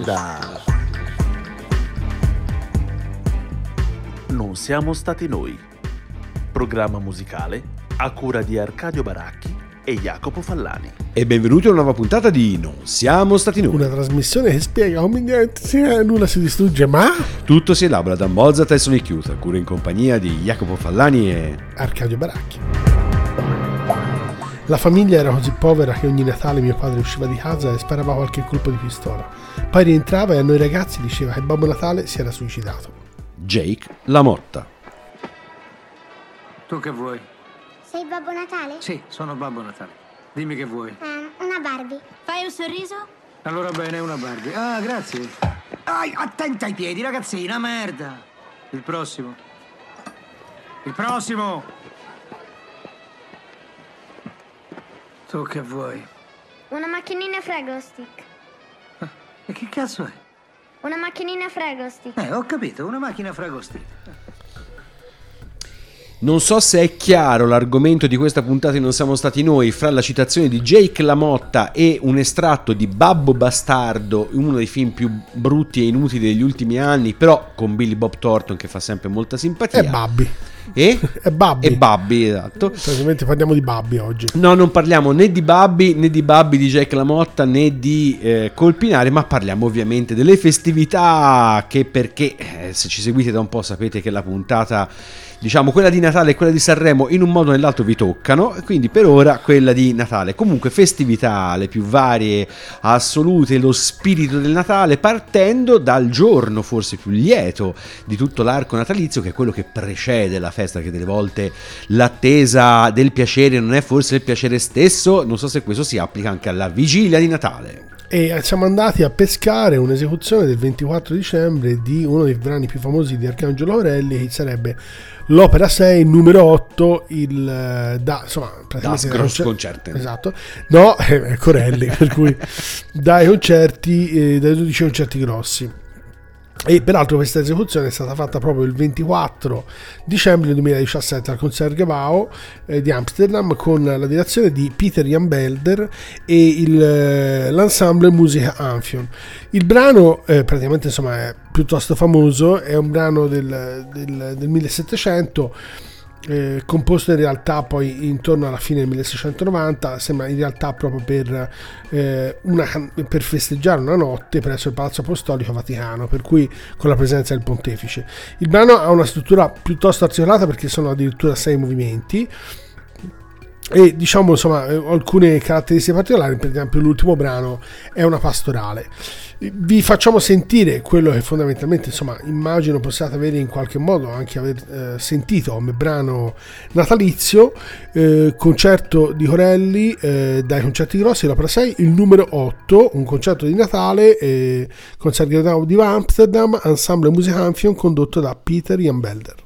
onda. Non siamo stati noi. Programma musicale a cura di Arcadio Baracchi e Jacopo Fallani. E benvenuti a una nuova puntata di Non siamo stati noi. Una trasmissione che spiega come niente, nulla si distrugge, ma tutto si elabora da Mozart e Sonic Youth, a cura in compagnia di Jacopo Fallani e Arcadio Baracchi. La famiglia era così povera che ogni Natale mio padre usciva di casa e sparava qualche colpo di pistola. Poi rientrava e a noi ragazzi diceva che Babbo Natale si era suicidato. Jake LaMotta. Tu che vuoi? Sei Babbo Natale? Sì, sono Babbo Natale. Dimmi che vuoi. Una Barbie. Fai un sorriso? Allora bene, una Barbie. Ah, grazie. Attenta ai piedi, ragazzina, merda. Il prossimo. Il prossimo. Tu che vuoi? Una macchinina Fraggle-Stick. E che cazzo è? Una macchinina Fraggle-Stick. Ho capito, una macchina Fraggle-Stick. Non so se è chiaro l'argomento di questa puntata di Non siamo stati noi, fra la citazione di Jake LaMotta e un estratto di Babbo Bastardo, uno dei film più brutti e inutili degli ultimi anni, però con Billy Bob Thornton che fa sempre molta simpatia. E Babbi. E Babbi. E Babbi, esatto. Praticamente parliamo di Babbi oggi. No, non parliamo né di Babbi di Jake LaMotta né di Colpinare, ma parliamo ovviamente delle festività che, perché se ci seguite da un po' sapete che la puntata, diciamo quella di Natale e quella di Sanremo in un modo o nell'altro vi toccano, quindi per ora quella di Natale. Comunque festività le più varie, assolute, lo spirito del Natale, partendo dal giorno forse più lieto di tutto l'arco natalizio, che è quello che precede la festa, che delle volte l'attesa del piacere non è forse il piacere stesso. Non so se questo si applica anche alla vigilia di Natale. E siamo andati a pescare un'esecuzione del 24 dicembre di uno dei brani più famosi di Arcangelo Corelli, che sarebbe l'opera 6, numero 8, Das Grosskonzerten. Esatto. No, è Corelli, per cui dai concerti, dai 12 concerti grossi. E peraltro questa esecuzione è stata fatta proprio il 24 dicembre 2017 al Concertgebouw di Amsterdam, con la direzione di Peter Jan Belder e l'ensemble Musica Amphion. Il brano praticamente insomma è piuttosto famoso, è un brano del 1700, composto in realtà poi intorno alla fine del 1690, sembra in realtà proprio per festeggiare una notte presso il Palazzo Apostolico Vaticano, per cui con la presenza del pontefice. Il brano ha una struttura piuttosto articolata perché sono addirittura 6 movimenti e diciamo insomma alcune caratteristiche particolari. Per esempio l'ultimo brano è una pastorale. Vi facciamo sentire quello che fondamentalmente insomma immagino possiate avere in qualche modo anche aver sentito come brano natalizio, concerto di Corelli dai concerti grossi, l'opera 6, il numero 8, un concerto di Natale, Concertgebouw di Amsterdam, ensemble Musica Amphion condotto da Peter Jan Belder.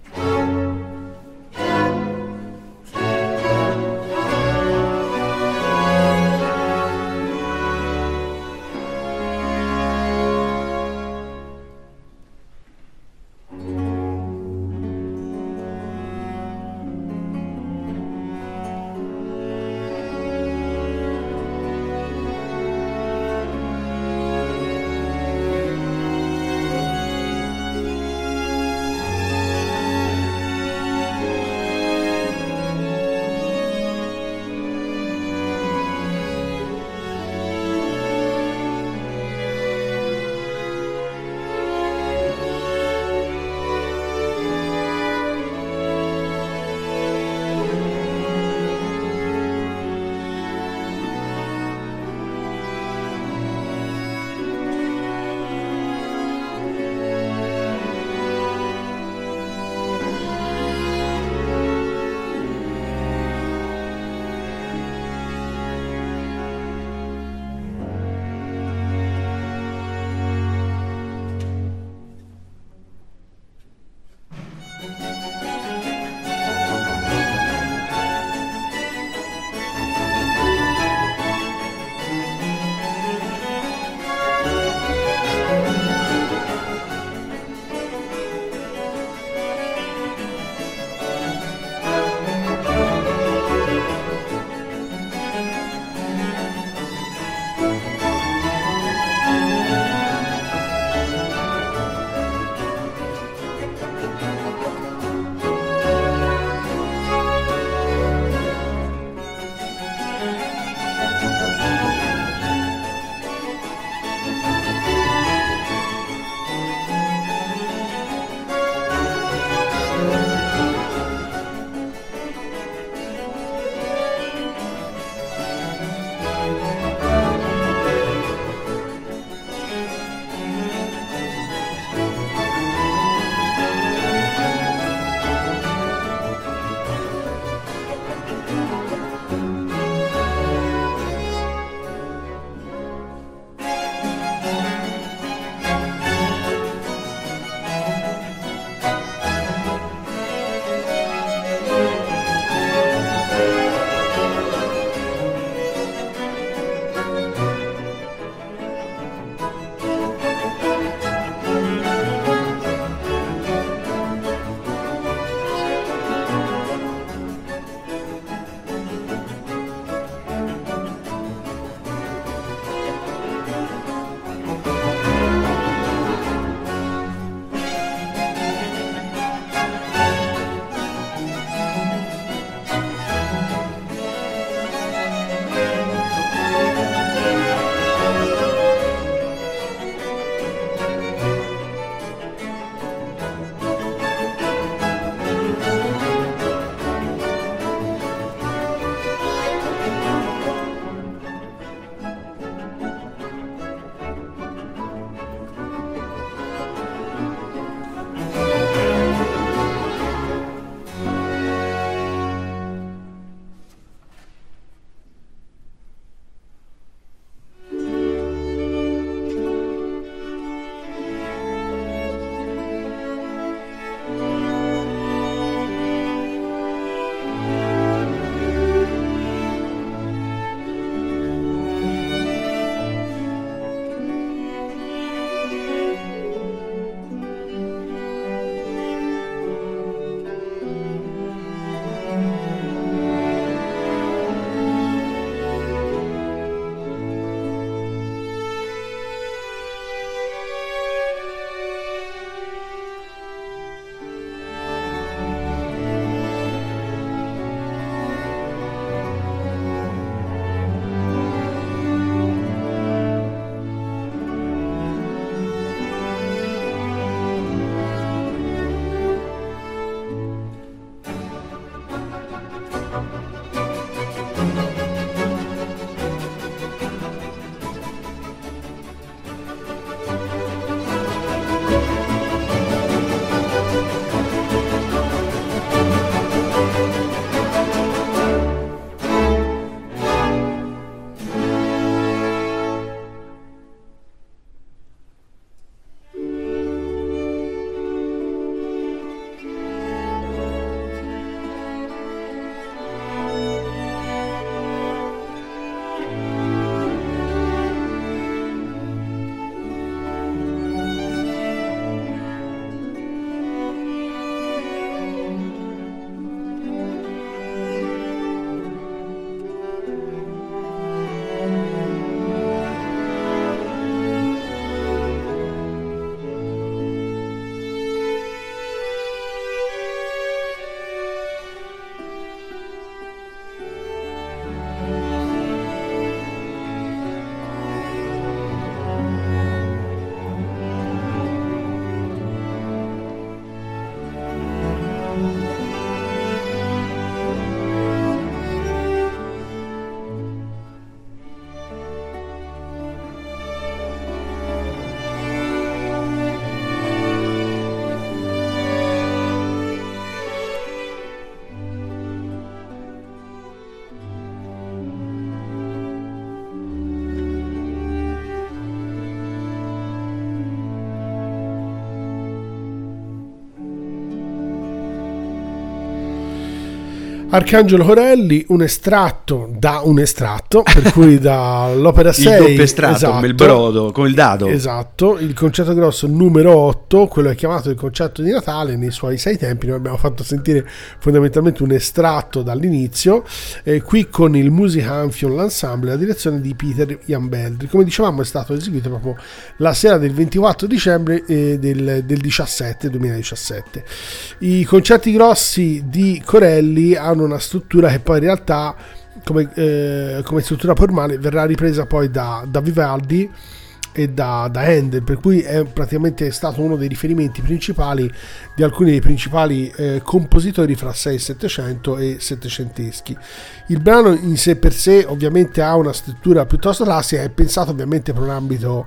Arcangelo Corelli, un estratto, per cui dall'opera 6, il doppio estratto, esatto, come il brodo, come il dado. Esatto, il concerto grosso numero 8, quello è chiamato il concerto di Natale nei suoi 6 tempi. Noi abbiamo fatto sentire fondamentalmente un estratto dall'inizio, qui con il Musikanfion l'ensemble, la direzione di Peter Jan Beldry. Come dicevamo, è stato eseguito proprio la sera del 24 dicembre del 2017. I concerti grossi di Corelli hanno una struttura che poi in realtà come struttura formale verrà ripresa poi da Vivaldi e da Handel, per cui è praticamente stato uno dei riferimenti principali di alcuni dei principali compositori fra 6 700 e settecenteschi. Il brano in sé per sé ovviamente ha una struttura piuttosto classica, è pensato ovviamente per un ambito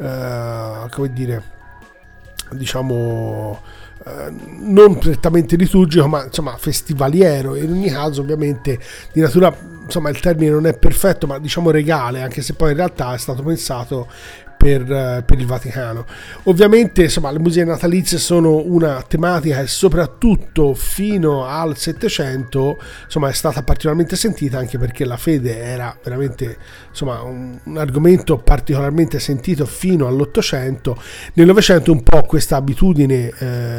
non prettamente liturgico, ma insomma festivaliero, e in ogni caso ovviamente di natura, insomma il termine non è perfetto, ma diciamo regale, anche se poi in realtà è stato pensato per il Vaticano. Ovviamente insomma le musiche natalizie sono una tematica e soprattutto fino al Settecento insomma è stata particolarmente sentita, anche perché la fede era veramente insomma un argomento particolarmente sentito fino all'Ottocento. Nel Novecento un po' questa abitudine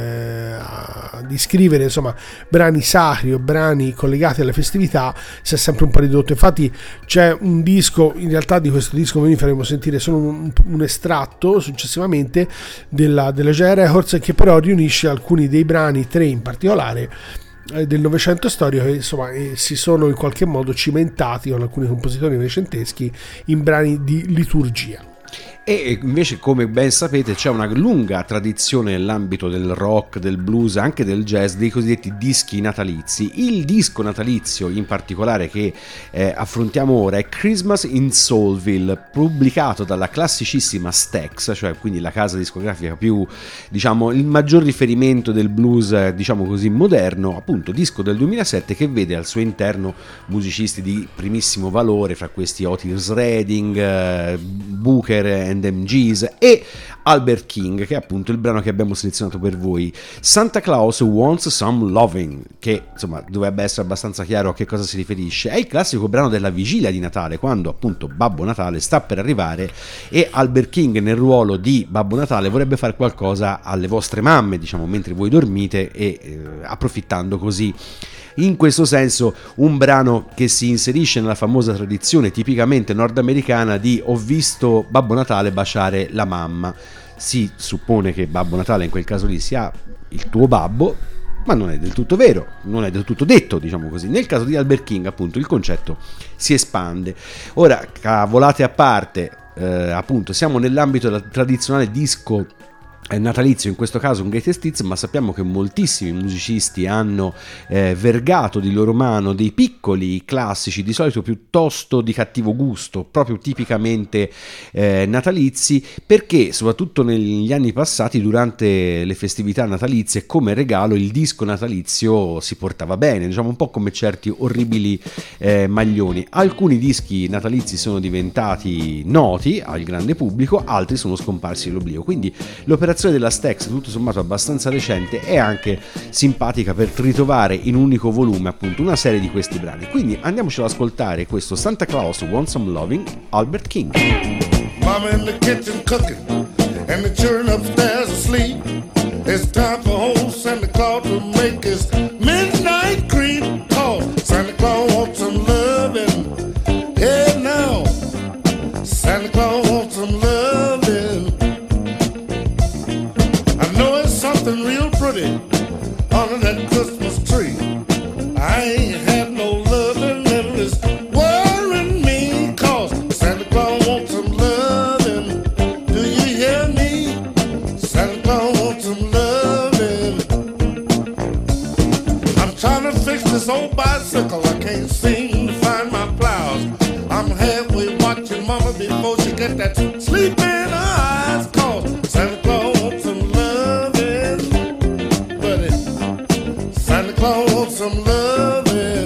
di scrivere insomma brani sacri o brani collegati alle festività si è sempre un po' ridotto. Infatti c'è un disco, in realtà di questo disco noi faremo sentire solo un estratto successivamente della J Records, che però riunisce alcuni dei brani, 3 in particolare, del Novecento storico, che insomma si sono in qualche modo cimentati con alcuni compositori novecenteschi in brani di liturgia. E invece, come ben sapete, c'è una lunga tradizione nell'ambito del rock, del blues, anche del jazz, dei cosiddetti dischi natalizi. Il disco natalizio in particolare che affrontiamo ora è Christmas in Soulville, pubblicato dalla classicissima Stax, cioè quindi la casa discografica più, diciamo, il maggior riferimento del blues, diciamo così, moderno, appunto disco del 2007, che vede al suo interno musicisti di primissimo valore, fra questi Otis Redding, Booker and MGs e Albert King, che è appunto il brano che abbiamo selezionato per voi, Santa Claus Wants Some Loving, che insomma dovrebbe essere abbastanza chiaro a che cosa si riferisce. È il classico brano della vigilia di Natale, quando appunto Babbo Natale sta per arrivare e Albert King nel ruolo di Babbo Natale vorrebbe fare qualcosa alle vostre mamme, diciamo, mentre voi dormite, e approfittando così in questo senso un brano che si inserisce nella famosa tradizione tipicamente nordamericana di "ho visto Babbo Natale baciare la mamma". Si suppone che Babbo Natale in quel caso lì sia il tuo babbo, ma non è del tutto vero, non è del tutto detto, diciamo così. Nel caso di Albert King appunto il concetto si espande. Ora, cavolate a parte, appunto siamo nell'ambito del tradizionale disco natalizio, in questo caso un greatest hits, ma sappiamo che moltissimi musicisti hanno vergato di loro mano dei piccoli classici, di solito piuttosto di cattivo gusto, proprio tipicamente natalizi, perché soprattutto negli anni passati, durante le festività natalizie, come regalo il disco natalizio si portava bene, diciamo un po' come certi orribili maglioni. Alcuni dischi natalizi sono diventati noti al grande pubblico, altri sono scomparsi nell'oblio, quindi l'operazione della Stax, tutto sommato abbastanza recente, è anche simpatica per ritrovare in un unico volume appunto una serie di questi brani. Quindi andiamoci ad ascoltare questo Santa Claus Wants Some Loving, Albert King. Mama in the kitchen cooking and the children upstairs asleep. It's time for old Santa Claus to make his midnight creep. Oh, Santa Claus wants some loving. Hey now, Santa Claus wants some loving. Something real pretty under that Christmas tree. I ain't had no loving and it's worrying me, 'cause Santa Claus wants some loving. Do you hear me? Santa Claus wants some loving. I'm trying to fix this old bicycle, I can't seem to find my plows. I'm halfway watching Mama before she get that sleep in her eyes, 'cause Santa Claus wants some loving. Santa Claus wants some loving.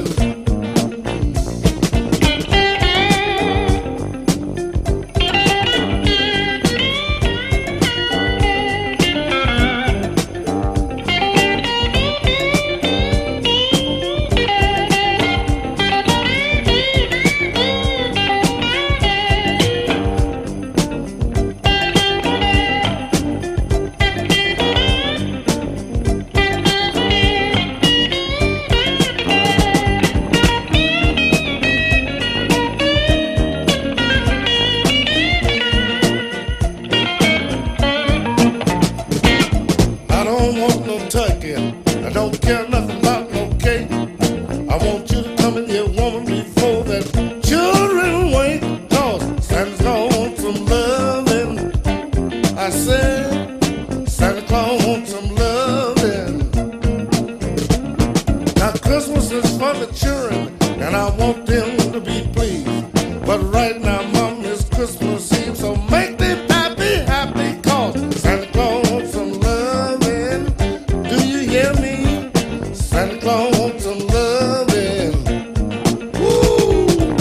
I don't care nothing about no cake. I want you to come in here, woman, before that children wait. Cause Santa Claus wants some loving. I said, Santa Claus wants some loving. Now Christmas is for the children, and I want them to be pleased. But right now, Mom, it's Christmas Eve, so make them happy, happy, cause Santa Claus wants some loving. Do you hear me? Santa Claus wants some loving. Woo!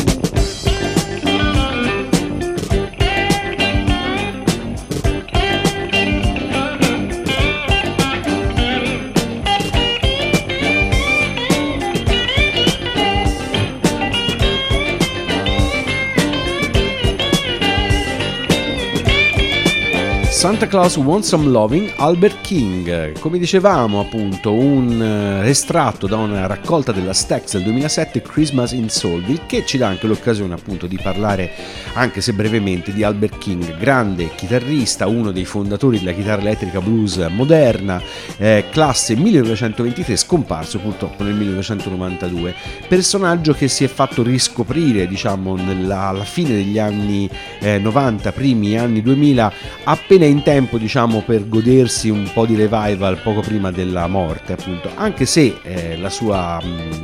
Santa Claus Wants Some Loving, Albert King. Come dicevamo, appunto, un estratto da una raccolta della Stax del 2007, Christmas in Soulville, che ci dà anche l'occasione, appunto, di parlare, anche se brevemente, di Albert King, grande chitarrista, uno dei fondatori della chitarra elettrica blues moderna, classe 1923, scomparso purtroppo nel 1992, personaggio che si è fatto riscoprire, diciamo, alla fine degli anni 90, primi anni 2000, appena in tempo, diciamo, per godersi un po' di revival poco prima della morte, appunto, anche se la sua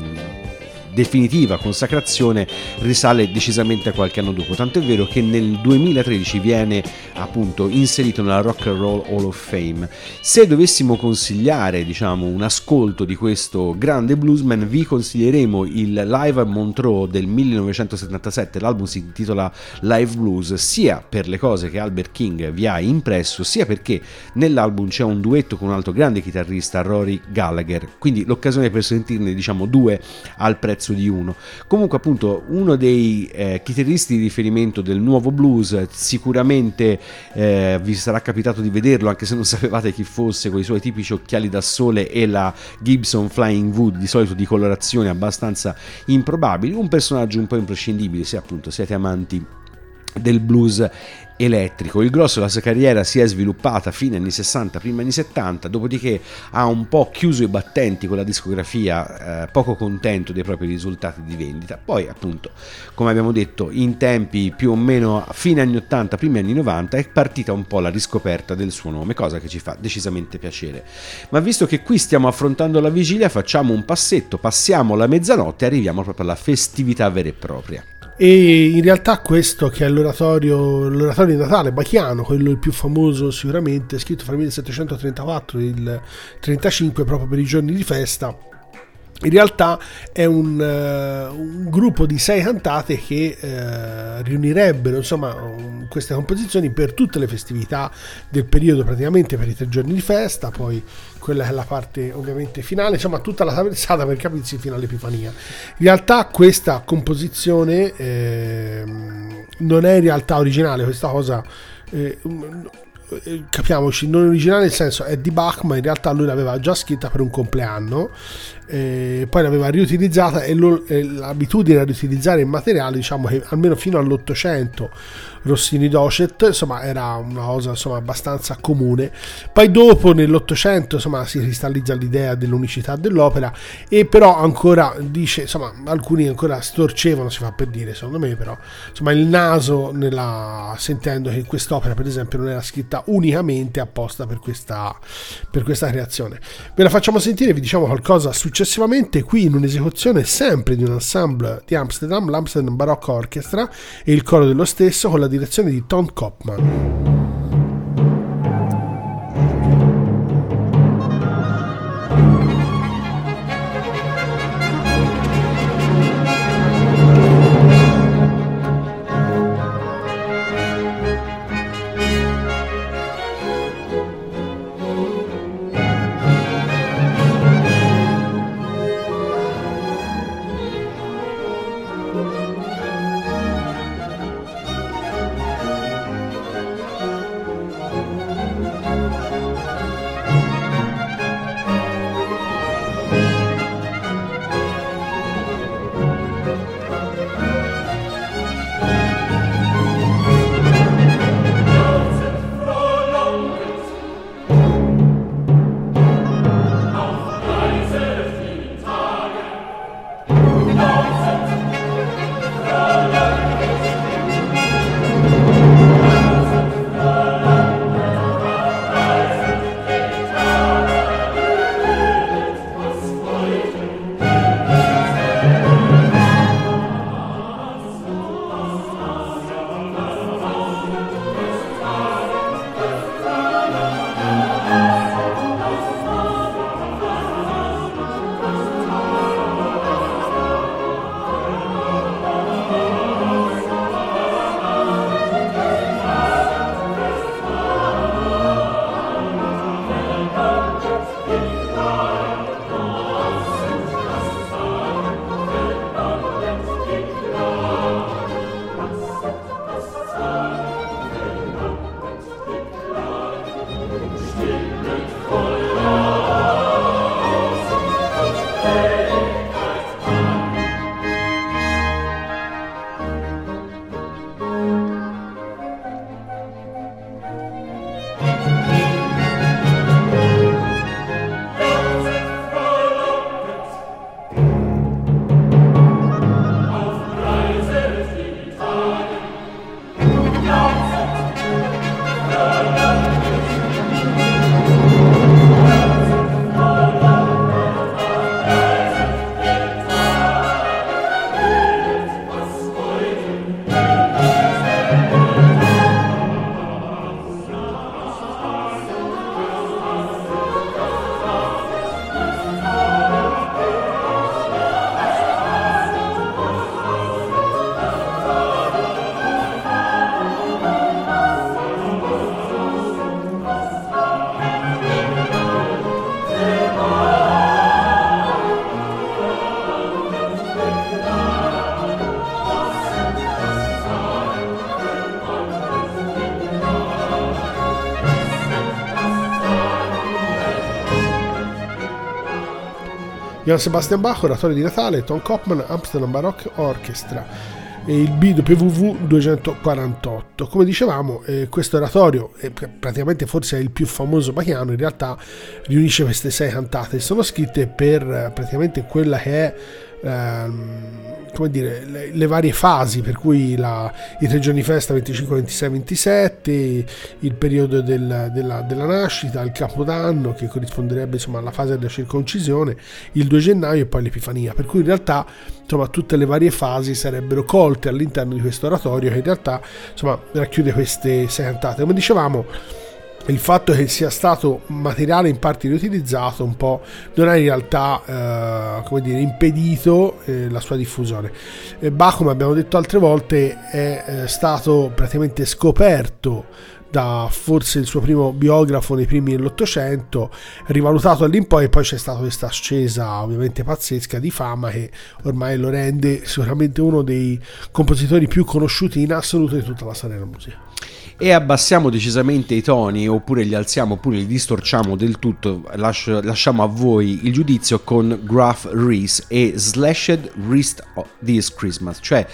definitiva consacrazione risale decisamente a qualche anno dopo, tanto è vero che nel 2013 viene appunto inserito nella Rock and Roll Hall of Fame. Se dovessimo consigliare, diciamo, un ascolto di questo grande bluesman, vi consiglieremo il Live a Montreux del 1977. L'album si intitola Live Blues, sia per le cose che Albert King vi ha impresso, sia perché nell'album c'è un duetto con un altro grande chitarrista, Rory Gallagher, quindi l'occasione per sentirne, diciamo, due al prezzo di uno. Comunque, appunto, uno dei chitarristi di riferimento del nuovo blues, sicuramente vi sarà capitato di vederlo, anche se non sapevate chi fosse, con i suoi tipici occhiali da sole e la Gibson Flying V, di solito di colorazione abbastanza improbabili, un personaggio un po' imprescindibile se appunto siete amanti del blues elettrico. Il grosso della sua carriera si è sviluppata fine anni 60, primi anni 70, dopodiché ha un po' chiuso i battenti con la discografia, poco contento dei propri risultati di vendita. Poi, appunto, come abbiamo detto, in tempi più o meno fine anni 80, primi anni 90 è partita un po' la riscoperta del suo nome, cosa che ci fa decisamente piacere. Ma visto che qui stiamo affrontando la vigilia, facciamo un passetto, passiamo la mezzanotte e arriviamo proprio alla festività vera e propria. E in realtà questo, che è l'oratorio di Natale bachiano, quello il più famoso sicuramente, scritto fra il 1734 e il 35, proprio per i giorni di festa, in realtà è un gruppo di 6 cantate che riunirebbero, insomma, queste composizioni per tutte le festività del periodo, praticamente per i 3 giorni di festa, poi quella è la parte ovviamente finale, insomma tutta la traversata per capirsi fino all'Epifania. In realtà questa composizione non è in realtà originale, questa cosa capiamoci, non originale nel senso è di Bach, ma in realtà lui l'aveva già scritta per un compleanno, poi l'aveva riutilizzata e l'abitudine a riutilizzare il materiale, diciamo che almeno fino all'800 Rossini Docet, insomma, era una cosa, insomma, abbastanza comune. Poi dopo nell'800, insomma, si cristallizza l'idea dell'unicità dell'opera, e però ancora dice, insomma, alcuni ancora storcevano, si fa per dire, secondo me, però insomma il naso sentendo che quest'opera, per esempio, non era scritta unicamente apposta per questa creazione. Ve la facciamo sentire, vi diciamo qualcosa successivamente, qui in un'esecuzione sempre di un ensemble di Amsterdam, l'Amsterdam Baroque Orchestra, e il coro dello stesso, con la direzione di Tom Kopman. Johann Sebastian Bach, oratorio di Natale, Tom Kopman, Amsterdam Baroque Orchestra, e il BWV 248. Come dicevamo, questo oratorio praticamente forse è il più famoso bachiano, in realtà riunisce queste 6 cantate, sono scritte per praticamente quella che è come dire, le varie fasi, per cui i 3 giorni di festa, 25, 26, 27, il periodo della nascita, il capodanno che corrisponderebbe insomma alla fase della circoncisione, il 2 gennaio e poi l'Epifania, per cui in realtà insomma tutte le varie fasi sarebbero colte all'interno di questo oratorio che in realtà insomma racchiude queste 6 cantate. Come dicevamo, il fatto che sia stato materiale in parte riutilizzato un po' non ha in realtà come dire, impedito la sua diffusione. Bach, come abbiamo detto altre volte, è stato praticamente scoperto da forse il suo primo biografo nei primi dell'Ottocento, rivalutato all'in poi, e poi c'è stata questa ascesa ovviamente pazzesca di fama che ormai lo rende sicuramente uno dei compositori più conosciuti in assoluto di tutta la storia della musica. E abbassiamo decisamente i toni, oppure li alziamo, oppure li distorciamo del tutto, lasciamo a voi il giudizio con Gruff Rhys e Slashed Wrist This Christmas, cioè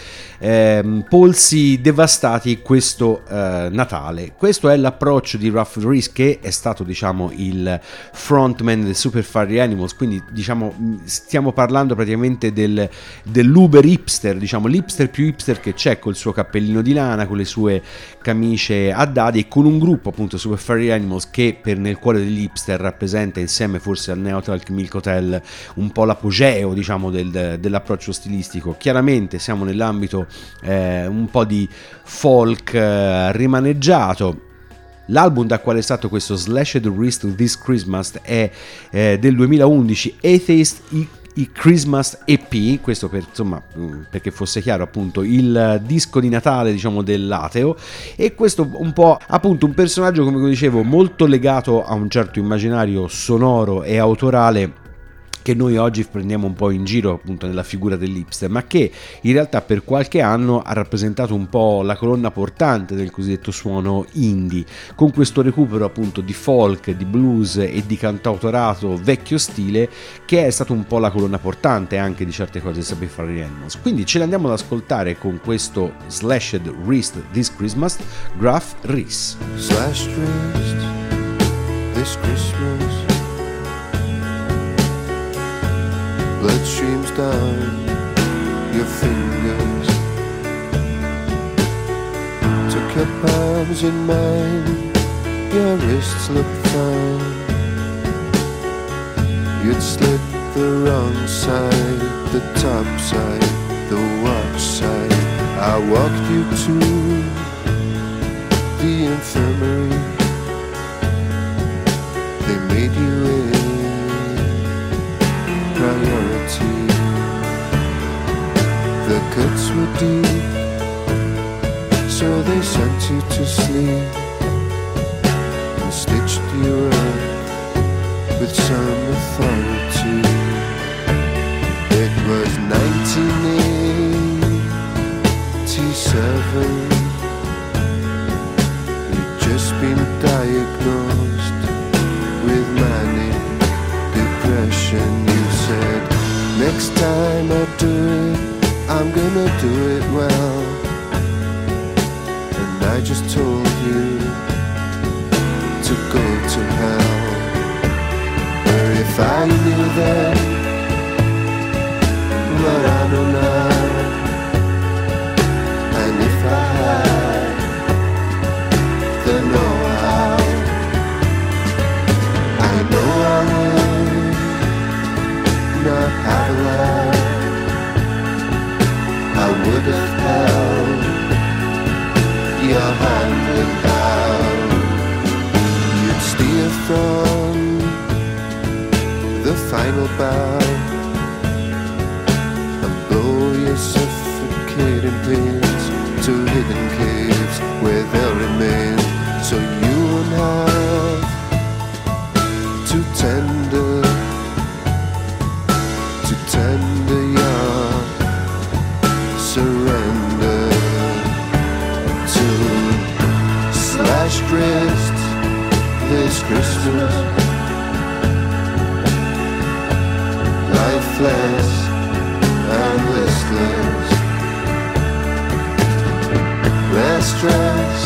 polsi devastati questo Natale. Questo è l'approccio di Gruff Rhys, che è stato diciamo il frontman del Super Furry Animals, quindi diciamo stiamo parlando praticamente dell'uber hipster, diciamo l'hipster più hipster che c'è, col suo cappellino di lana, con le sue camicie a dadi e con un gruppo appunto Super Furry Animals che nel cuore degli hipster rappresenta, insieme forse al Neotalk Milk Hotel, un po' l'apogeo diciamo dell'approccio stilistico. Chiaramente siamo nell'ambito un po' di folk rimaneggiato. L'album da quale è stato questo Slashed Wrist This Christmas è del 2011, Atheist Christmas EP, questo perché fosse chiaro appunto il disco di Natale diciamo dell'ateo, e questo un po' appunto un personaggio, come dicevo, molto legato a un certo immaginario sonoro e autorale che noi oggi prendiamo un po' in giro appunto nella figura dell'hipster, ma che in realtà per qualche anno ha rappresentato un po' la colonna portante del cosiddetto suono indie, con questo recupero appunto di folk, di blues e di cantautorato vecchio stile, che è stato un po' la colonna portante anche di certe cose Super Furry Animals. Quindi ce l'andiamo ad ascoltare con questo Slashed Wrist This Christmas, Gruff Rhys. Slashed wrist this Christmas, blood streams down your fingers. Took your palms in mine, your wrists look fine. You'd slip the wrong side, the top side, the watch side. I walked you to the infirmary. They made you a priority. The cuts were deep, so they sent you to sleep and stitched you up with some authority. It was 1987. You'd just been diagnosed with manic depression. You said, next time I do it, I'm gonna do it well. And I just told you to go to hell. Or if I knew then what I know now, and if I had the know-how, I know I would not have allowed. I would have held your hand and bowed. You'd steer from the final bow and blow your suffocating pains to hidden caves where they'll remain. So you won't have to tender your surrender to slashed wrists this Christmas. Life lifeless and listless. Less stress,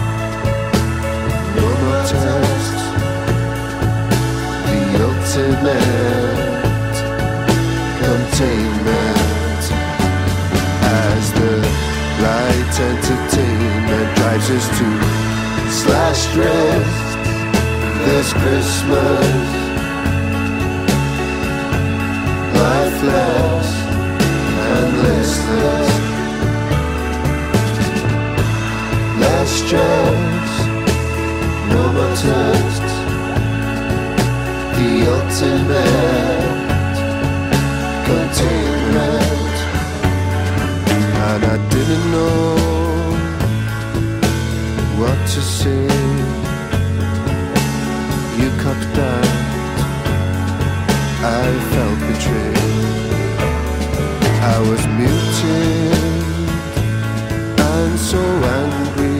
no more tests. The ultimate containment as the light entertainment drives us to slash drift this Christmas. Lifeless and listless. Less stress, no more tests. The ultimate containment. And I didn't know what to say. You cut back, I felt betrayed. I was muted and so angry,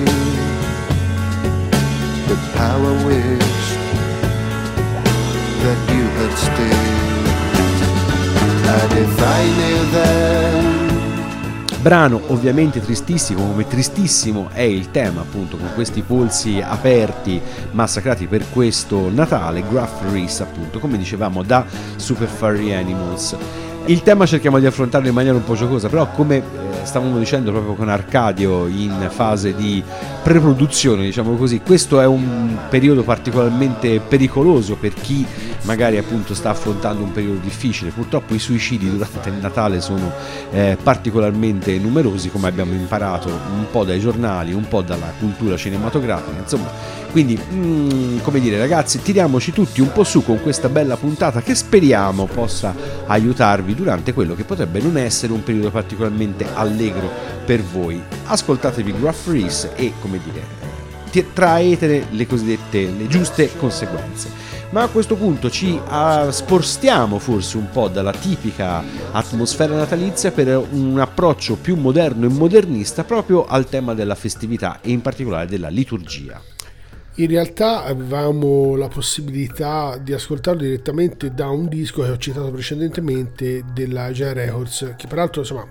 but how I wished that you had stayed. And if I knew then. Brano ovviamente tristissimo, come tristissimo è il tema, appunto, con questi polsi aperti massacrati per questo Natale, Gruff Rhys, appunto, come dicevamo, da Super Furry Animals. Il tema cerchiamo di affrontarlo in maniera un po' giocosa, però come stavamo dicendo proprio con Arcadio in fase di preproduzione, diciamo così, questo è un periodo particolarmente pericoloso per chi magari appunto sta affrontando un periodo difficile. Purtroppo i suicidi durante il Natale sono particolarmente numerosi, come abbiamo imparato un po' dai giornali, un po' dalla cultura cinematografica, insomma. Quindi, come dire, ragazzi, tiriamoci tutti un po' su con questa bella puntata che speriamo possa aiutarvi durante quello che potrebbe non essere un periodo particolarmente allegro per voi. Ascoltatevi Gruff Rhys e, come dire, traetene le cosiddette, le giuste conseguenze. Ma a questo punto ci spostiamo forse un po' dalla tipica atmosfera natalizia per un approccio più moderno e modernista proprio al tema della festività e in particolare della liturgia. In realtà avevamo la possibilità di ascoltarlo direttamente da un disco che ho citato precedentemente della Giant Records, che peraltro insomma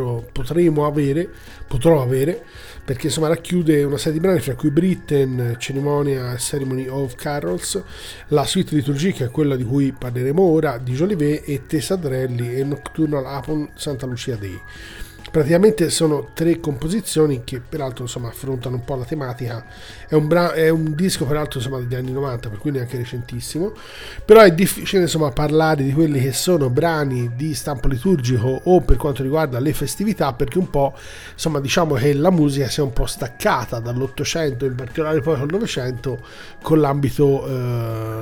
potrò avere, perché insomma racchiude una serie di brani fra cui Britain, Cerimonia e Ceremony of Carols, la suite liturgica, è quella di cui parleremo ora, di Jolivet, e Tessadrelli e Nocturnal Upon Santa Lucia Day. Praticamente sono 3 composizioni che peraltro insomma affrontano un po' la tematica. È un disco peraltro insomma degli anni 90, per cui neanche recentissimo, però è difficile insomma parlare di quelli che sono brani di stampo liturgico o per quanto riguarda le festività, perché un po' insomma diciamo che la musica si è un po' staccata dall'Ottocento, in particolare poi col Novecento, con l'ambito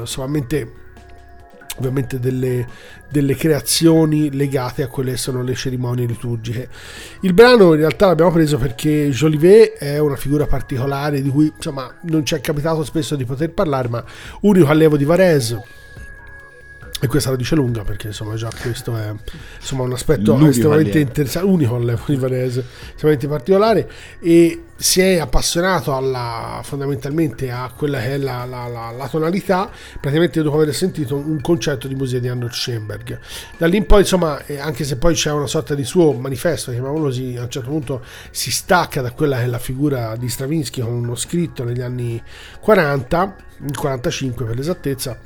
ovviamente delle creazioni legate a quelle che sono le cerimonie liturgiche. Il brano in realtà l'abbiamo preso perché Jolivet è una figura particolare di cui insomma non ci è capitato spesso di poter parlare, ma unico allievo di Varese, e questa la dice lunga, perché insomma già questo è insomma un aspetto estremamente interessante, unico allievo di Varese, estremamente particolare, e si è appassionato fondamentalmente a quella che è la tonalità, praticamente dopo aver sentito un concerto di musica di Arnold Schoenberg. Da lì in poi insomma, anche se poi c'è una sorta di suo manifesto, chiamiamolo così, a un certo punto si stacca da quella che è la figura di Stravinsky con uno scritto negli anni 40, il 45 per l'esattezza,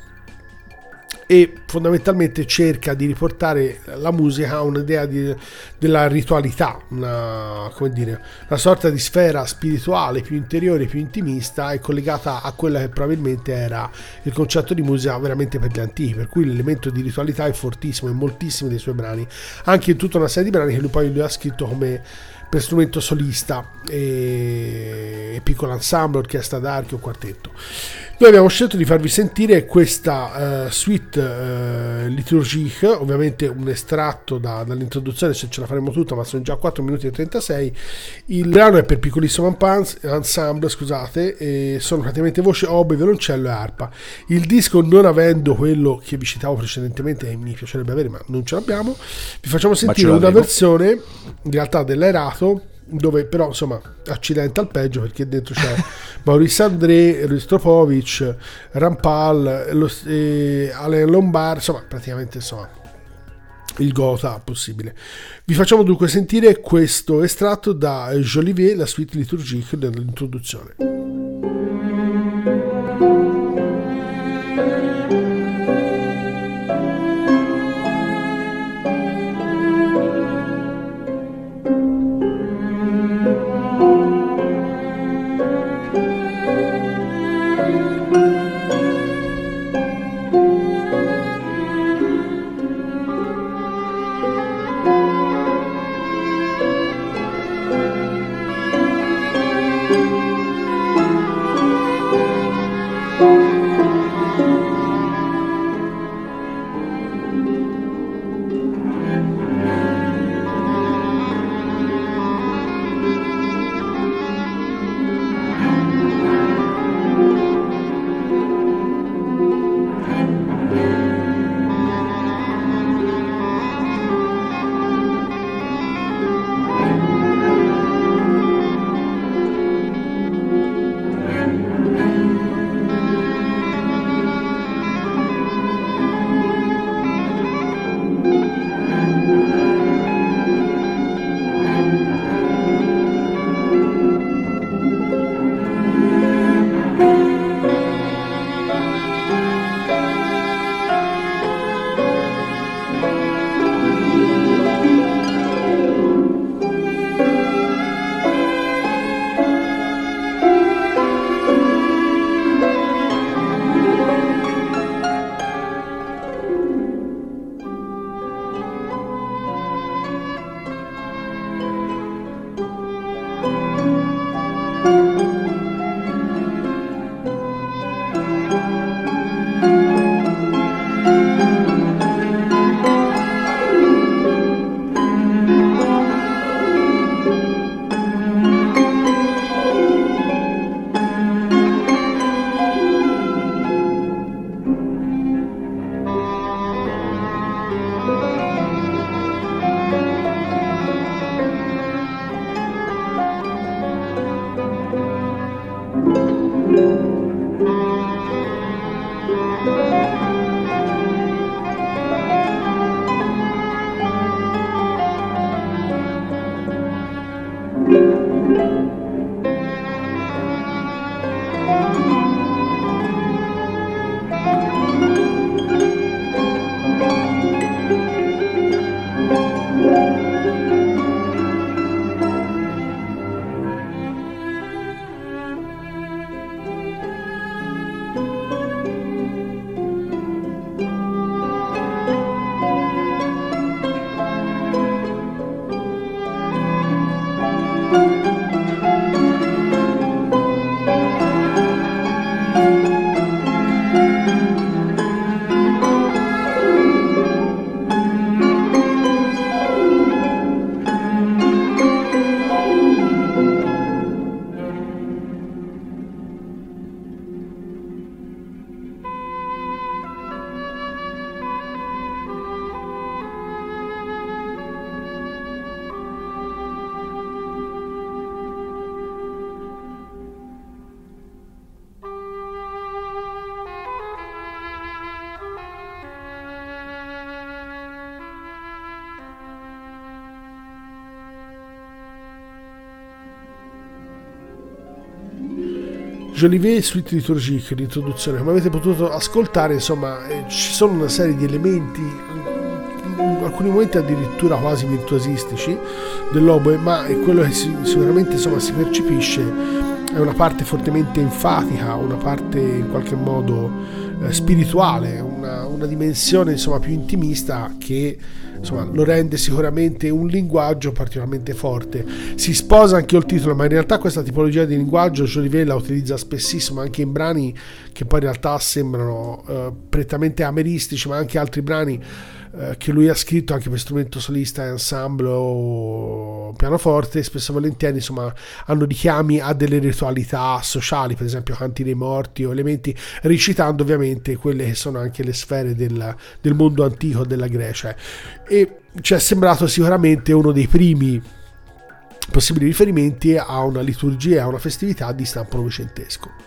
e fondamentalmente cerca di riportare la musica a un'idea della ritualità, una sorta di sfera spirituale più interiore, più intimista, e collegata a quella che probabilmente era il concetto di musica veramente per gli antichi, per cui l'elemento di ritualità è fortissimo in moltissimi dei suoi brani, anche in tutta una serie di brani che lui ha scritto come per strumento solista e piccolo ensemble, orchestra d'archi o quartetto. Noi abbiamo scelto di farvi sentire questa suite liturgique, ovviamente un estratto dall'introduzione, se ce la faremo tutta, ma sono già 4 minuti e 36. Il brano è per piccolissimo ensemble, scusate, e sono praticamente voce, oboe, violoncello e arpa. Il disco, non avendo quello che vi citavo precedentemente, e mi piacerebbe avere ma non ce l'abbiamo, vi facciamo sentire una versione in realtà dell'Aerato, dove però insomma accidenta al peggio, perché dentro c'è Maurice André, il gotha possibile. Vi facciamo dunque sentire questo estratto da Jolivet, la suite liturgique dell'introduzione. Jolivet, suite liturgique, l'introduzione. Come avete potuto ascoltare, insomma, ci sono una serie di elementi, in alcuni momenti addirittura quasi virtuosistici dell'oboe, ma è quello che sicuramente, insomma, si percepisce è una parte fortemente enfatica, una parte in qualche modo spirituale, una dimensione, insomma, più intimista che, insomma, lo rende sicuramente un linguaggio particolarmente forte. Si sposa anche il titolo, ma in realtà questa tipologia di linguaggio Jolivet la utilizza spessissimo anche in brani che poi in realtà sembrano prettamente cameristici, ma anche altri brani che lui ha scritto anche per strumento solista, ensemble o pianoforte, spesso e volentieri, insomma, hanno richiami a delle ritualità sociali, per esempio canti dei morti o elementi, recitando ovviamente quelle che sono anche le sfere del mondo antico della Grecia, e ci è sembrato sicuramente uno dei primi possibili riferimenti a una liturgia, a una festività di stampo novecentesco.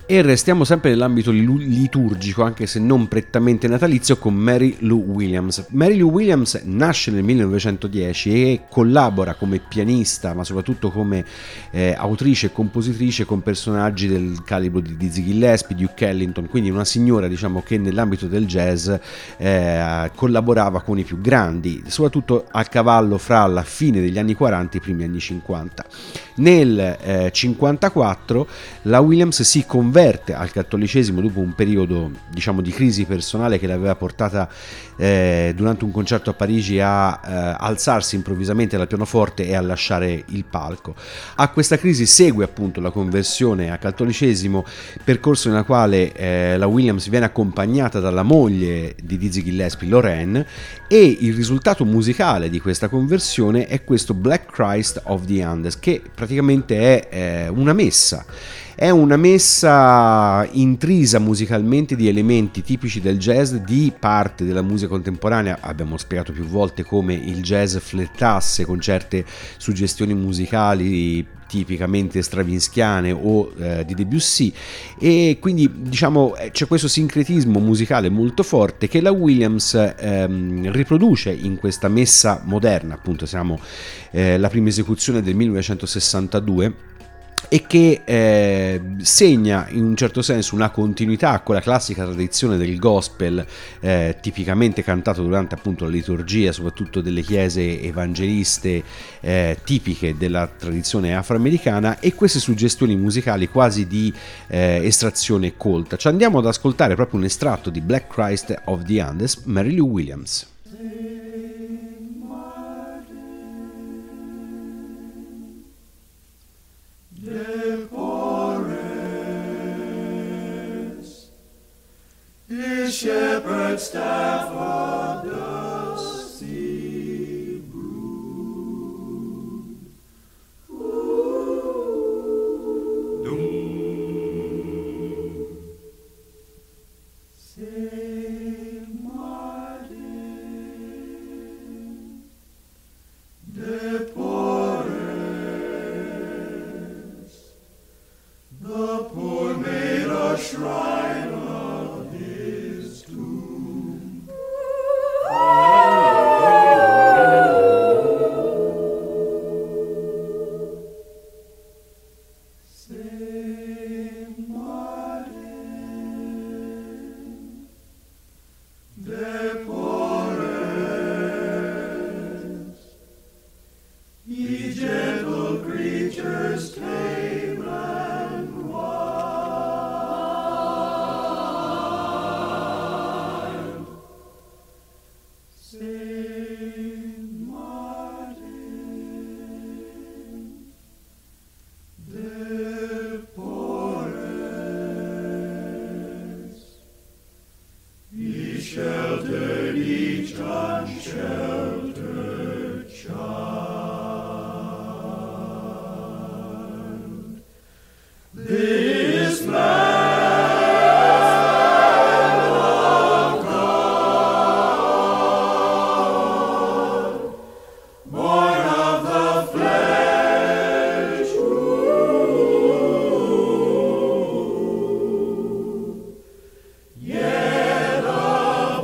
E restiamo sempre nell'ambito liturgico, anche se non prettamente natalizio, con Mary Lou Williams. Mary Lou Williams nasce nel 1910 e collabora come pianista, ma soprattutto come autrice e compositrice con personaggi del calibro di Dizzy Gillespie, Duke Ellington, quindi una signora, diciamo, che nell'ambito del jazz collaborava con i più grandi, soprattutto a cavallo fra la fine degli anni 40 e i primi anni 50. Nel 1954 la Williams si converte al cattolicesimo dopo un periodo, diciamo, di crisi personale che l'aveva portata durante un concerto a Parigi a alzarsi improvvisamente dal pianoforte e a lasciare il palco. A questa crisi segue appunto la conversione al cattolicesimo, percorso nella quale la Williams viene accompagnata dalla moglie di Dizzy Gillespie, Lorraine, e il risultato musicale di questa conversione è questo Black Christ of the Andes, che praticamente è una messa. È una messa intrisa musicalmente di elementi tipici del jazz, di parte della musica contemporanea. Abbiamo spiegato più volte come il jazz flirtasse con certe suggestioni musicali tipicamente stravinskiane o di Debussy, e quindi, diciamo, c'è questo sincretismo musicale molto forte che la Williams riproduce in questa messa moderna. Appunto, siamo la prima esecuzione del 1962, e che segna in un certo senso una continuità con la classica tradizione del gospel tipicamente cantato durante appunto la liturgia, soprattutto delle chiese evangeliste tipiche della tradizione afroamericana, e queste suggestioni musicali quasi di estrazione colta. Ci andiamo ad ascoltare proprio un estratto di Black Christ of the Andes, Mary Lou Williams. His shepherd's staff a dusty brood. Saint Martin, de Porres, the poor made a shrine of his tomb. Saint Martin, de Porres, ye gentle creatures tame and wild. Saint Martin, de Porres, ye sheltered each unsheltered child. This man of God, born of the flesh, yet of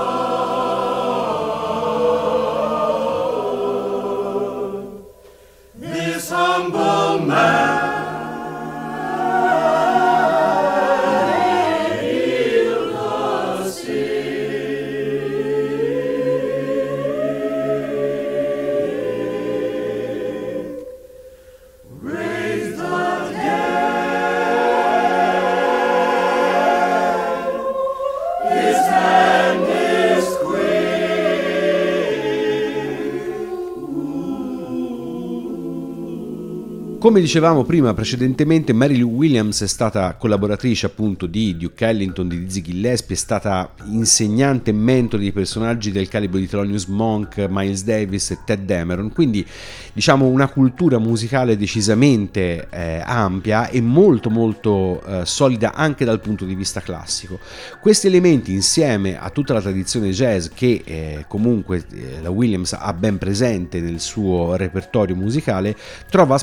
God. This humble man healed the sick, raised the dead. His hand is quick. Come dicevamo prima precedentemente, Mary Lou Williams è stata collaboratrice appunto di Duke Ellington, di Dizzy Gillespie, è stata insegnante e mentore di personaggi del calibro di Thelonious Monk, Miles Davis e Ted Dameron, quindi diciamo una cultura musicale decisamente ampia e molto molto solida anche dal punto di vista classico. Questi elementi, insieme a tutta la tradizione jazz che comunque la Williams ha ben presente nel suo repertorio musicale, trova spazio in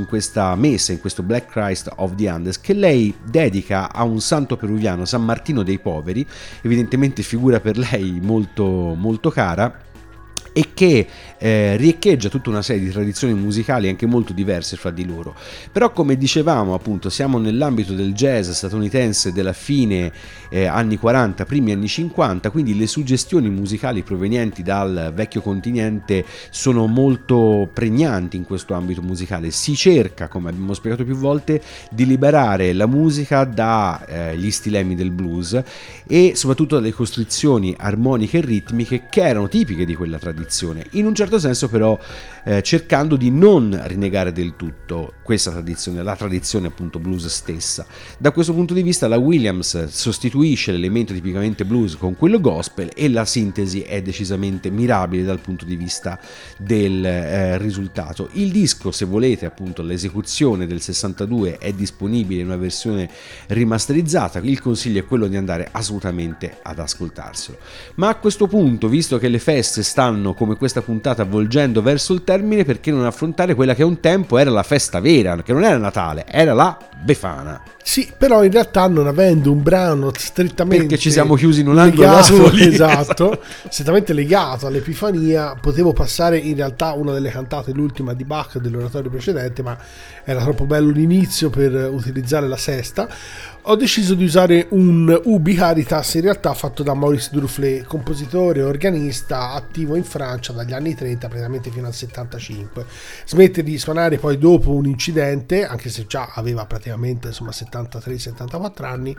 in questa messa, in questo Black Christ of the Andes, che lei dedica a un santo peruviano, San Martino dei Poveri, evidentemente figura per lei molto, molto cara, e che riecheggia tutta una serie di tradizioni musicali anche molto diverse fra di loro. Però, come dicevamo, appunto, siamo nell'ambito del jazz statunitense della fine anni 40, primi anni 50, quindi le suggestioni musicali provenienti dal vecchio continente sono molto pregnanti in questo ambito musicale. Si cerca, come abbiamo spiegato più volte, di liberare la musica dagli stilemi del blues e soprattutto dalle costruzioni armoniche e ritmiche che erano tipiche di quella tradizione, in un certo senso però cercando di non rinnegare del tutto questa tradizione, la tradizione appunto blues stessa. Da questo punto di vista la Williams sostituisce l'elemento tipicamente blues con quello gospel e la sintesi è decisamente mirabile dal punto di vista del risultato. Il disco, se volete, appunto l'esecuzione del 62 è disponibile in una versione rimasterizzata, il consiglio è quello di andare assolutamente ad ascoltarselo. Ma a questo punto, visto che le feste stanno, come questa puntata, volgendo verso il termine, perché non affrontare quella che un tempo era la festa vera, che non era Natale, era la Befana. Sì, però in realtà, non avendo un brano strettamente, perché ci siamo chiusi in un angolo da soli, esatto, strettamente legato all'Epifania, potevo passare in realtà una delle cantate, l'ultima di Bach dell'oratorio precedente, ma era troppo bello l'inizio per utilizzare la sesta. Ho deciso di usare un Ubi Caritas, in realtà fatto da Maurice Duruflé, compositore e organista attivo in Francia dagli anni 30 praticamente fino al 75. Smette di suonare poi dopo un incidente, anche se già aveva praticamente, insomma, 73-74 anni.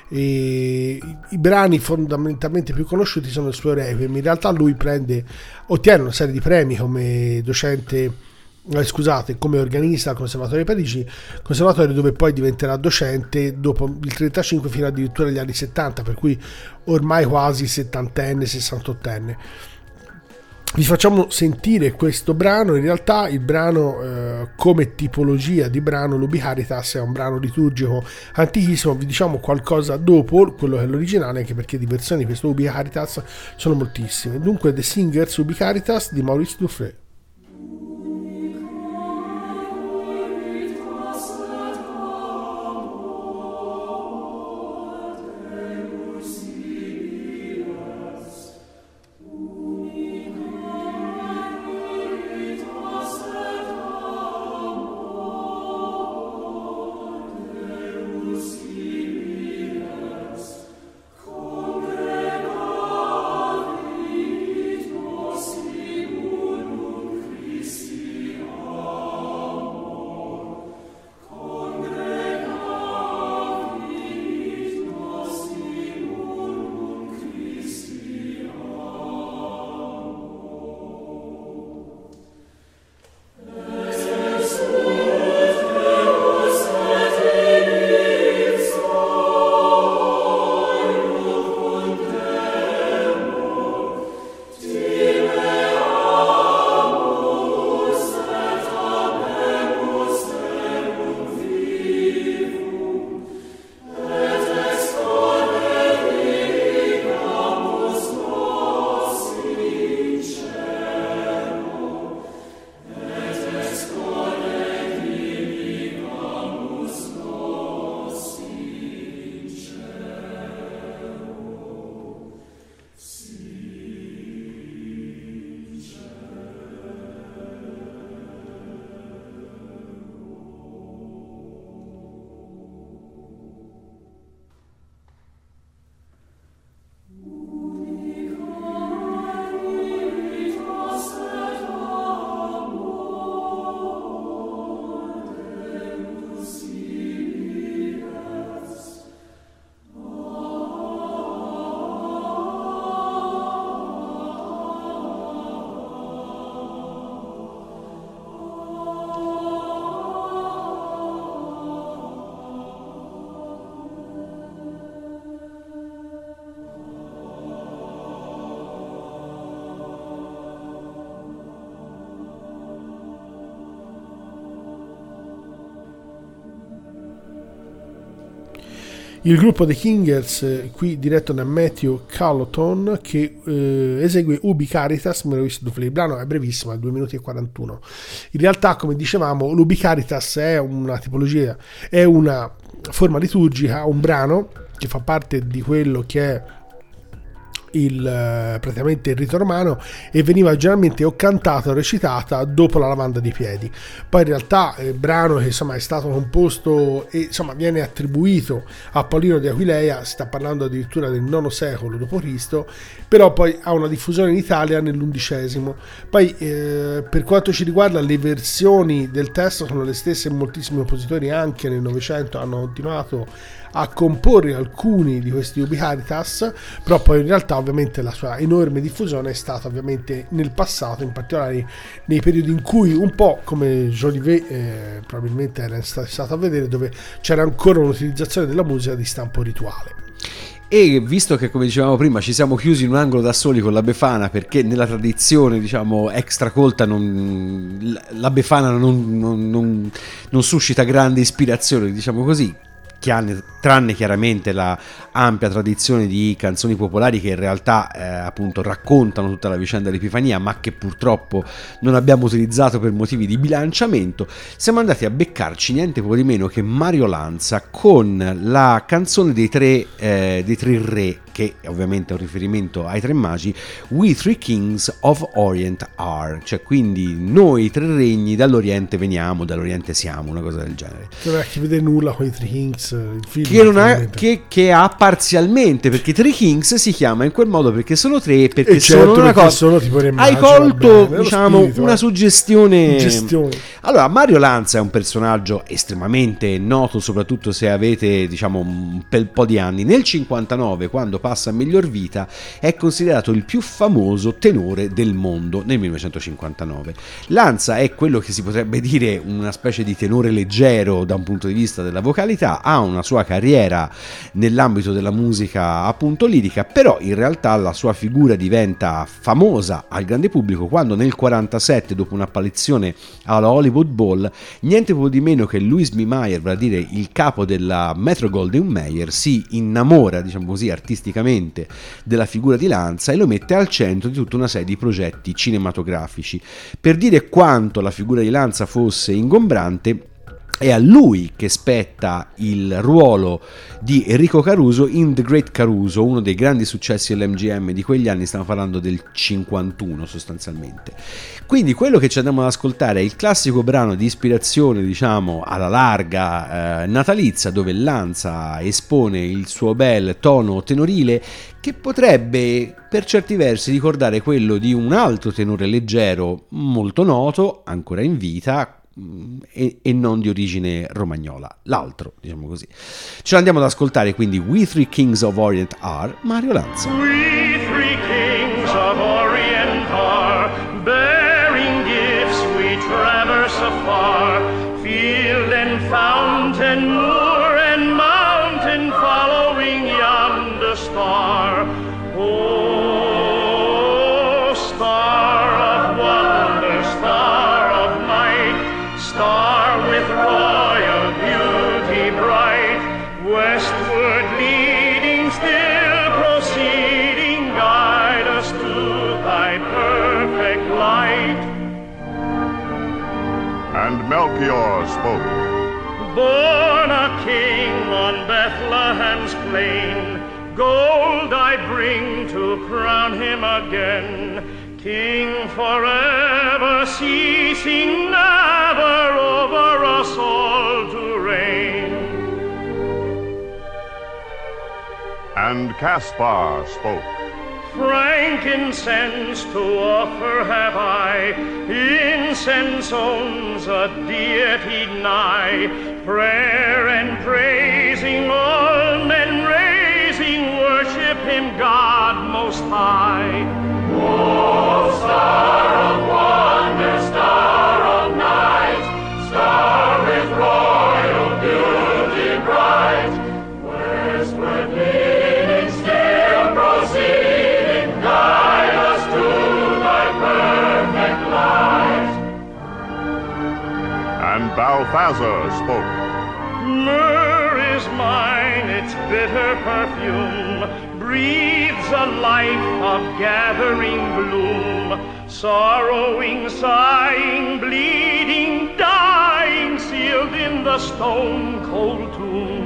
E i brani fondamentalmente più conosciuti sono il suo Requiem. In realtà lui ottiene una serie di premi come docente, come organista al Conservatorio di Parigi, conservatorio dove poi diventerà docente dopo il 35 fino addirittura agli anni 70, per cui ormai quasi 70enne, 68enne. Vi facciamo sentire questo brano. In realtà il brano, come tipologia di brano, l'Ubi Caritas è un brano liturgico antichissimo. Vi diciamo qualcosa dopo quello che è l'originale, anche perché di versioni di questo Ubi Caritas sono moltissime. Dunque, The Singers Ubi Caritas di Maurice Duruflé. Come il gruppo The Kingers, qui diretto da Matthew Carlton, che esegue Ubi Caritas Merois Duflé. Il brano è brevissimo, è 2 minuti e 41. In realtà, come dicevamo, l'Ubi Caritas è una tipologia, è una forma liturgica, un brano che fa parte di quello che è praticamente il rito romano, e veniva generalmente o cantata o recitata dopo la lavanda dei piedi. Poi in realtà il brano, che insomma è stato composto e insomma viene attribuito a Paolino di Aquileia, si sta parlando addirittura del IX secolo d.C., però poi ha una diffusione in Italia nell'11. Poi per quanto ci riguarda, le versioni del testo sono le stesse, moltissimi compositori anche nel Novecento hanno continuato a comporre alcuni di questi Ubi Caritas, però poi in realtà ovviamente la sua enorme diffusione è stata ovviamente nel passato, in particolare nei periodi in cui, un po' come Jolivet probabilmente era stato a vedere, dove c'era ancora un'utilizzazione della musica di stampo rituale. E visto che, come dicevamo prima, ci siamo chiusi in un angolo da soli con la Befana, perché nella tradizione, diciamo, extracolta la Befana non suscita grande ispirazione, diciamo così, tranne chiaramente la ampia tradizione di canzoni popolari che in realtà appunto raccontano tutta la vicenda dell'Epifania, ma che purtroppo non abbiamo utilizzato per motivi di bilanciamento. Siamo andati a beccarci niente po' di meno che Mario Lanza con la canzone dei tre re, che ovviamente è un riferimento ai tre magi, We Three Kings of Orient Are, cioè quindi noi tre regni dall'Oriente veniamo, dall'Oriente siamo, una cosa del genere. Non ha a che vedere nulla con i Three Kings, il film, che ha parzialmente, perché Three Kings si chiama in quel modo perché sono tre, perché certo, sono una cosa. Sono tipo hai colto, diciamo, spirito, una suggestione. Allora, Mario Lanza è un personaggio estremamente noto, soprattutto se avete, diciamo, un bel po' di anni. Nel 59, quando passa a miglior vita, è considerato il più famoso tenore del mondo nel 1959. Lanza è quello che si potrebbe dire una specie di tenore leggero da un punto di vista della vocalità, ha una sua carriera nell'ambito della musica appunto lirica, però in realtà la sua figura diventa famosa al grande pubblico quando nel 47, dopo un'apparizione alla Hollywood Bowl, niente po' di meno che Louis B. Mayer, vale a dire il capo della Metro-Goldwyn-Mayer, si innamora, diciamo così, artisticamente della figura di Lanza e lo mette al centro di tutta una serie di progetti cinematografici. Per dire quanto la figura di Lanza fosse ingombrante, è a lui che spetta il ruolo di Enrico Caruso in The Great Caruso, uno dei grandi successi dell'MGM di quegli anni, stiamo parlando del 51 sostanzialmente. Quindi quello che ci andiamo ad ascoltare è il classico brano di ispirazione, diciamo, alla larga natalizia, dove Lanza espone il suo bel tono tenorile che potrebbe per certi versi ricordare quello di un altro tenore leggero molto noto, ancora in vita, e non di origine romagnola, l'altro, diciamo così. Ce l'andiamo ad ascoltare quindi We Three Kings of Orient Are, Mario Lanza. We three kings of Orient are, bearing gifts we traverse afar, field and fountain, moor and mountain, following yonder star. Oh, star of wonder, star of might, star with royal beauty bright, westward leading, still proceeding, guide us to thy perfect light. And Melchior spoke. Born a king on Bethlehem's plain, gold I bring to crown him again, King forever, ceasing never over us all to reign. And Caspar spoke. Frankincense to offer have I, incense owns a deity nigh, prayer and praising all men raising, worship him God most high. Oh, star of wonder, star of night, star with royal beauty bright, westward leading, still proceeding, guide us to thy perfect light. And Balthazar spoke. Myrrh is mine its bitter perfume breathes a life of gathering gloom, sorrowing, sighing, bleeding, dying, sealed in the stone-cold tomb.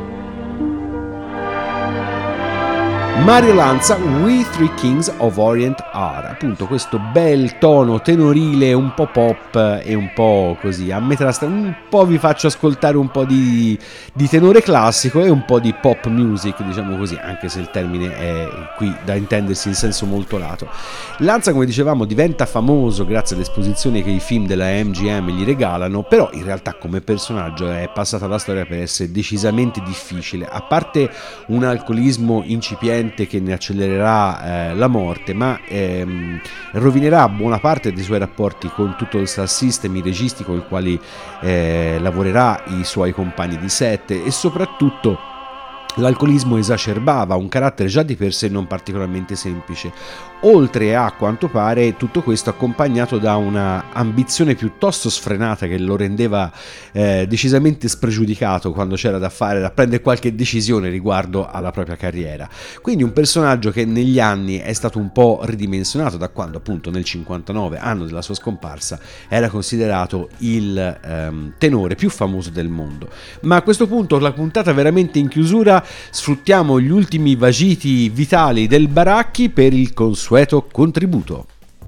Mario Lanza, We Three Kings of Orient Are, appunto questo bel tono tenorile, un po' pop e un po' così, a metà un po' vi faccio ascoltare un po' di tenore classico e un po' di pop music, diciamo così, anche se il termine è qui da intendersi in senso molto lato. Lanza, come dicevamo, diventa famoso grazie all'esposizione che i film della MGM gli regalano, però in realtà come personaggio è passata alla storia per essere decisamente difficile, a parte un alcolismo incipiente che ne accelererà la morte, ma rovinerà buona parte dei suoi rapporti con tutto il sound system, i registi con i quali lavorerà, i suoi compagni di set, e soprattutto l'alcolismo esacerbava un carattere già di per sé non particolarmente semplice, oltre a quanto pare tutto questo accompagnato da una ambizione piuttosto sfrenata che lo rendeva decisamente spregiudicato quando c'era da prendere qualche decisione riguardo alla propria carriera. Quindi un personaggio che negli anni è stato un po' ridimensionato, da quando appunto nel 59, anno della sua scomparsa, era considerato il tenore più famoso del mondo. Ma a questo punto, la puntata veramente in chiusura, sfruttiamo gli ultimi vagiti vitali del Baracchi per il consueto contributo.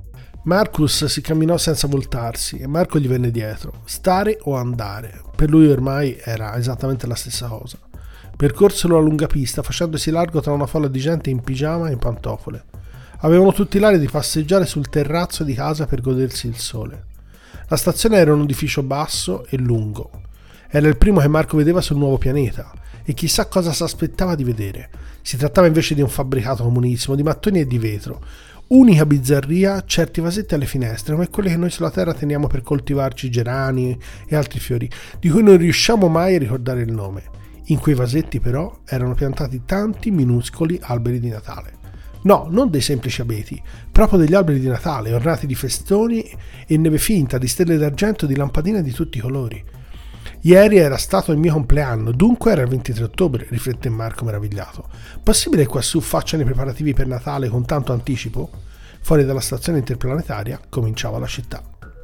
Marcus si camminò senza voltarsi e Marco gli venne dietro. Stare o andare? Per lui ormai era esattamente la stessa cosa. Percorsero la lunga pista facendosi largo tra una folla di gente in pigiama e in pantofole. Avevano tutti l'aria di passeggiare sul terrazzo di casa per godersi il sole. La stazione era un edificio basso e lungo. Era il primo che Marco vedeva sul nuovo pianeta e chissà cosa si aspettava di vedere. Si trattava invece di un fabbricato comunissimo di mattoni e di vetro. Unica bizzarria, certi vasetti alle finestre, come quelli che noi sulla terra teniamo per coltivarci gerani e altri fiori, di cui non riusciamo mai a ricordare il nome. In quei vasetti però erano piantati tanti minuscoli alberi di Natale. No, non dei semplici abeti, proprio degli alberi di Natale, ornati di festoni e neve finta, di stelle d'argento e di lampadine di tutti i colori. Ieri era stato il mio compleanno, dunque era il 23 ottobre, riflette Marco meravigliato. Possibile che quassù facciano i preparativi per Natale con tanto anticipo? Fuori dalla stazione interplanetaria cominciava la città.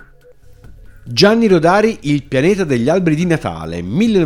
Gianni Rodari, Il pianeta degli alberi di Natale,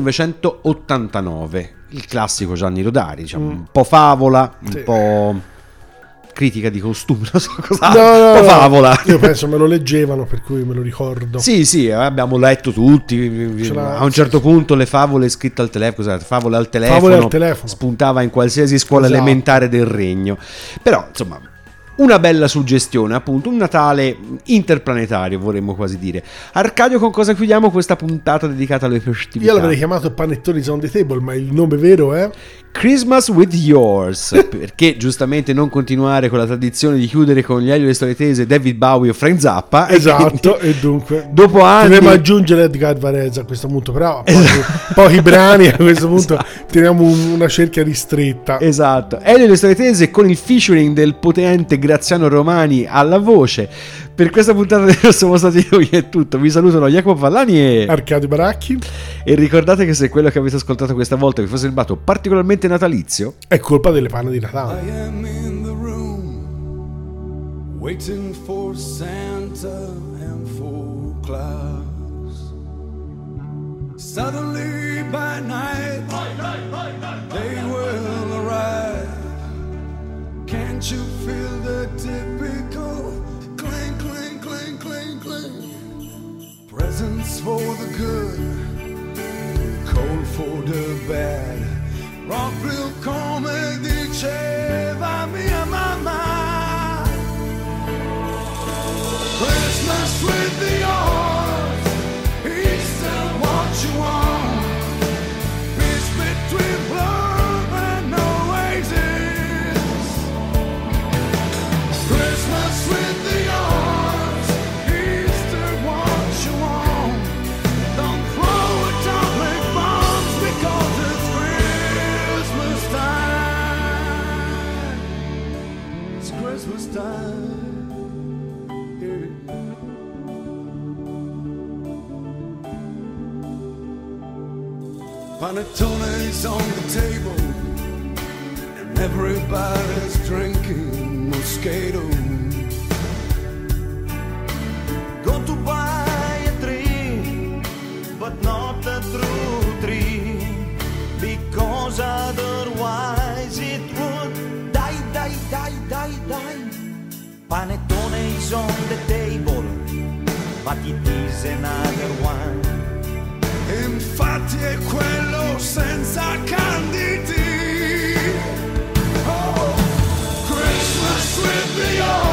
1989. Il classico Gianni Rodari, diciamo, un po' favola, un po' critica di costume, non so cosa. No, favola. Io penso me lo leggevano, per cui me lo ricordo. Sì, abbiamo letto tutti. A un certo punto le favole scritte al telefono, favole al telefono, spuntava in qualsiasi scuola elementare del regno. Però, insomma, una bella suggestione, appunto, un Natale interplanetario, vorremmo quasi dire. Arcadio, con cosa chiudiamo questa puntata dedicata alle festività? Io l'avrei chiamato Panettoni on the Table, ma il nome vero è Christmas with Yours, perché giustamente non continuare con la tradizione di chiudere con gli Elio e le storie tese, David Bowie o Frank Zappa. Esatto, e dunque dopo anni dovremmo aggiungere Edgar Varese a questo punto, però pochi brani a questo punto, teniamo una cerchia ristretta. Esatto, Elio e le storie tese con il featuring del potente Graziano Romani alla voce. Per questa puntata del Siamo stati noi è tutto. Vi salutano Jacopo Fallani e Arcadio Baracchi. E ricordate che se quello che avete ascoltato questa volta vi fosse sembrato particolarmente natalizio, è colpa delle panne di Natale. I am in the room waiting for Santa and for Claus. Suddenly by night they will arrive. Can't you feel the typical clink, clink, clink, clink, clink? Presents for the good, cold for the bad. Proprio come diceva mia mamma. Christmas with the yours, Easter what you want. Peace between love and oasis. Christmas with the yours, Easter what you want. Don't throw atomic bombs because it's Christmas time. It's Christmas time. Yeah. Panettone is on the table and everybody's drinking Moscato. Go to buy a tree, but not a true tree, because otherwise it would die, die, die, die, die. Panettone is on the table, but it is another one. Infatti è quello senza canditi. Oh, Christmas with the